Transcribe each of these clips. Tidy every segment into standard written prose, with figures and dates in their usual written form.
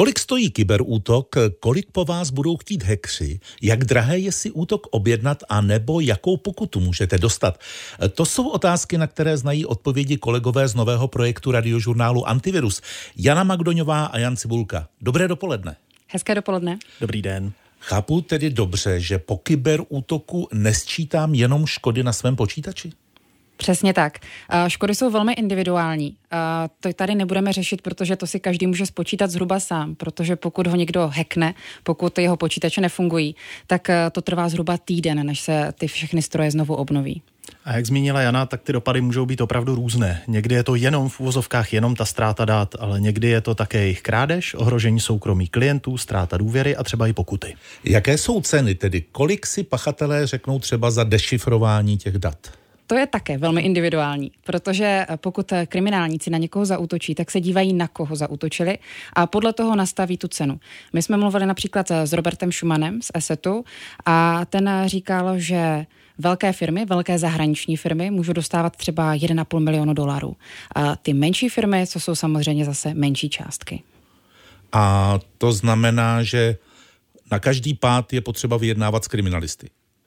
Kolik stojí kyberútok, kolik po vás budou chtít hackři, jak drahé je si útok objednat a nebo jakou pokutu můžete dostat? To jsou otázky, na které znají odpovědi kolegové z nového projektu radiožurnálu Antivirus. Jana Magdoňová a Jan Cibulka. Dobré dopoledne. Hezké dopoledne. Dobrý den. Chápu tedy dobře, že po kyberútoku nesčítám jenom škody na svém počítači? Přesně tak. Škody jsou velmi individuální. To tady nebudeme řešit, protože to si každý může spočítat zhruba sám, protože pokud ho někdo hackne, pokud jeho počítače nefungují, tak to trvá zhruba týden, než se ty všechny stroje znovu obnoví. A jak zmínila Jana, tak ty dopady můžou být opravdu různé. Někdy je to jenom v uvozovkách jenom ta ztráta dat, ale někdy je to také jejich krádež, ohrožení soukromí klientů, ztráta důvěry a třeba i pokuty. Jaké jsou ceny tedy? Kolik si pachatelé řeknou třeba za dešifrování těch dat? To je také velmi individuální, protože pokud kriminálníci na někoho zaútočí, tak se dívají, na koho zaútočili a podle toho nastaví tu cenu. My jsme mluvili například s Robertem Schumannem z ESETu a ten říkal, že velké firmy, velké zahraniční firmy můžou dostávat třeba 1,5 milionu dolarů. A ty menší firmy, co jsou samozřejmě zase menší částky. A to znamená, že na každý pád je potřeba vyjednávat s kriminalisty?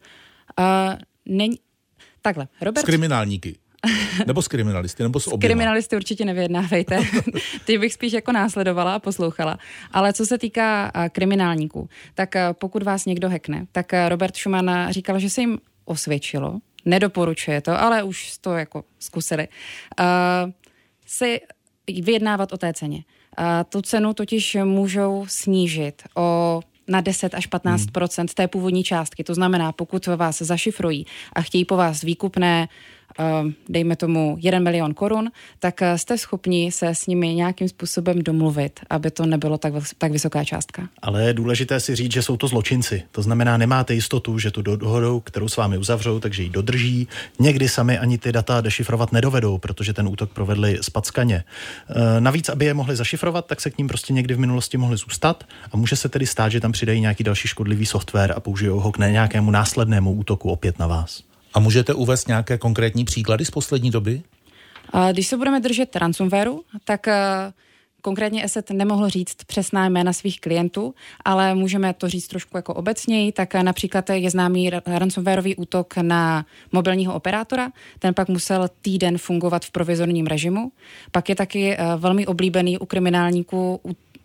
Takhle, Robert... S kriminálníky. Nebo s kriminalisty, nebo s oběma. S kriminalisty určitě nevyjednávejte. Ty bych spíš jako následovala a poslouchala. Ale co se týká kriminálníků, tak pokud vás někdo hackne, tak Robert Schumann říkal, že se jim osvědčilo, nedoporučuje to, ale už to jako zkusili, si vyjednávat o té ceně. Tu cenu totiž můžou snížit na 10 až 15% té původní částky. To znamená, pokud vás zašifrují a chtějí po vás výkupné, dejme tomu 1 milion korun, tak jste schopni se s nimi nějakým způsobem domluvit, aby to nebylo tak vysoká částka. Ale je důležité si říct, že jsou to zločinci. To znamená, nemáte jistotu, že tu dohodu, kterou s vámi uzavřou, takže ji dodrží. Někdy sami ani ty data dešifrovat nedovedou, protože ten útok provedli zpackaně. Navíc, aby je mohli zašifrovat, tak se k ním prostě někdy v minulosti mohli zůstat a může se tedy stát, že tam přidají nějaký další škodlivý software a použijou ho k nějakému následnému útoku opět na vás. A můžete uvést nějaké konkrétní příklady z poslední doby? Když se budeme držet ransomwareu, tak konkrétně ESET nemohl říct přesná jména svých klientů, ale můžeme to říct trošku jako obecněji, tak například je známý ransomwareový útok na mobilního operátora, ten pak musel týden fungovat v provizorním režimu. Pak je taky velmi oblíbený u kriminálníků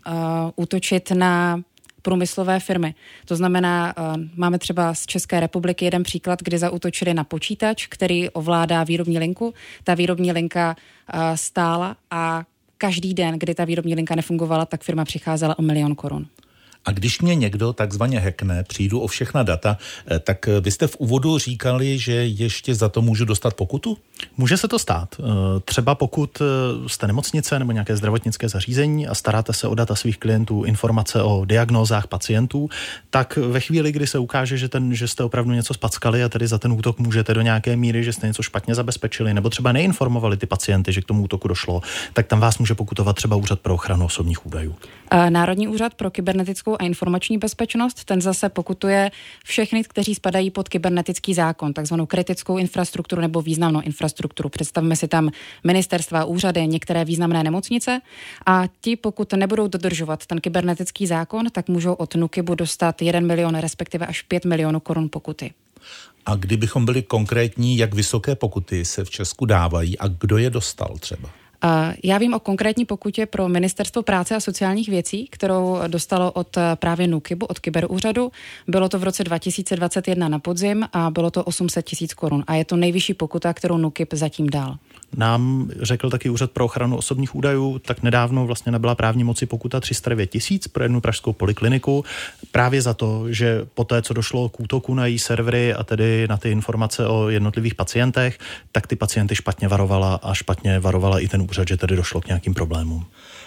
útočit na průmyslové firmy. To znamená, máme třeba z České republiky jeden příklad, kdy zaútočili na počítač, který ovládá výrobní linku. Ta výrobní linka stála a každý den, kdy ta výrobní linka nefungovala, tak firma přicházela o 1 milion korun. A když mě někdo takzvaně hackne, přijdu o všechna data, tak vy jste v úvodu říkali, že ještě za to můžu dostat pokutu? Může se to stát. Třeba pokud jste nemocnice nebo nějaké zdravotnické zařízení a staráte se o data svých klientů, informace o diagnózách pacientů, tak ve chvíli, kdy se ukáže, že jste opravdu něco spackali a tedy za ten útok můžete do nějaké míry, že jste něco špatně zabezpečili nebo třeba neinformovali ty pacienty, že k tomu útoku došlo, tak tam vás může pokutovat třeba Úřad pro ochranu osobních údajů. Národní úřad pro kybernetickou a informační bezpečnost, ten zase pokutuje všechny, kteří spadají pod kybernetický zákon, takzvanou kritickou infrastrukturu nebo významnou infrastrukturu. Představme si tam ministerstva, úřady, některé významné nemocnice a ti, pokud nebudou dodržovat ten kybernetický zákon, tak můžou od NÚKIBu dostat 1 milion, respektive až 5 milionů korun pokuty. A kdybychom byli konkrétní, jak vysoké pokuty se v Česku dávají a kdo je dostal třeba? Já vím o konkrétní pokutě pro Ministerstvo práce a sociálních věcí, kterou dostalo od právě NÚKIBu, od Kyberúřadu. Bylo to v roce 2021 na podzim a bylo to 800 000 korun. A je to nejvyšší pokuta, kterou NÚKIB zatím dal. Nám řekl taky Úřad pro ochranu osobních údajů, tak nedávno vlastně nabyla právní moci pokuta 309 000 pro jednu pražskou polikliniku právě za to, že poté, co došlo k útoku na její servery a tedy na ty informace o jednotlivých pacientech, tak ty pacienty špatně varovala a špatně varovala i ten úřad, že tedy došlo k nějakým problémům.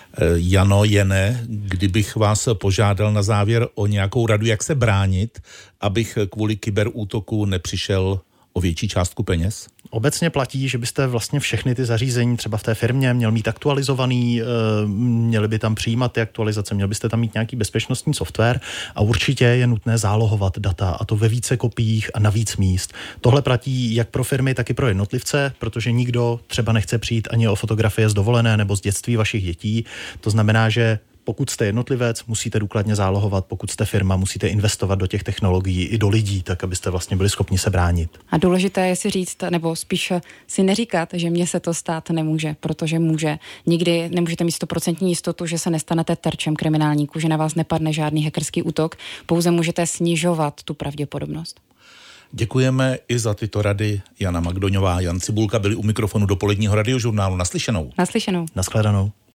Jano, Jene, kdybych vás požádal na závěr o nějakou radu, jak se bránit, abych kvůli kyberútoku nepřišel o větší částku peněz? Obecně platí, že byste vlastně všechny ty zařízení třeba v té firmě měl mít aktualizovaný, měli by tam přijímat ty aktualizace, měl byste tam mít nějaký bezpečnostní software a určitě je nutné zálohovat data a to ve více kopiích a na víc míst. Tohle platí jak pro firmy, tak i pro jednotlivce, protože nikdo třeba nechce přijít ani o fotografie z dovolené nebo z dětství vašich dětí. To znamená, že pokud jste jednotlivec, musíte důkladně zálohovat, pokud jste firma, musíte investovat do těch technologií i do lidí, tak abyste vlastně byli schopni se bránit. A důležité je si říct, nebo spíš si neříkat, že mně se to stát nemůže, protože může. Nikdy nemůžete mít 100% jistotu, že se nestanete terčem kriminálníků, že na vás nepadne žádný hackerský útok, pouze můžete snižovat tu pravděpodobnost. Děkujeme i za tyto rady. Jana Magdoňová, Jan Cibulka byli u mikrofonu dopoledního radiožurnálu. Naslyšenou. Naslyšenou. Nashledanou.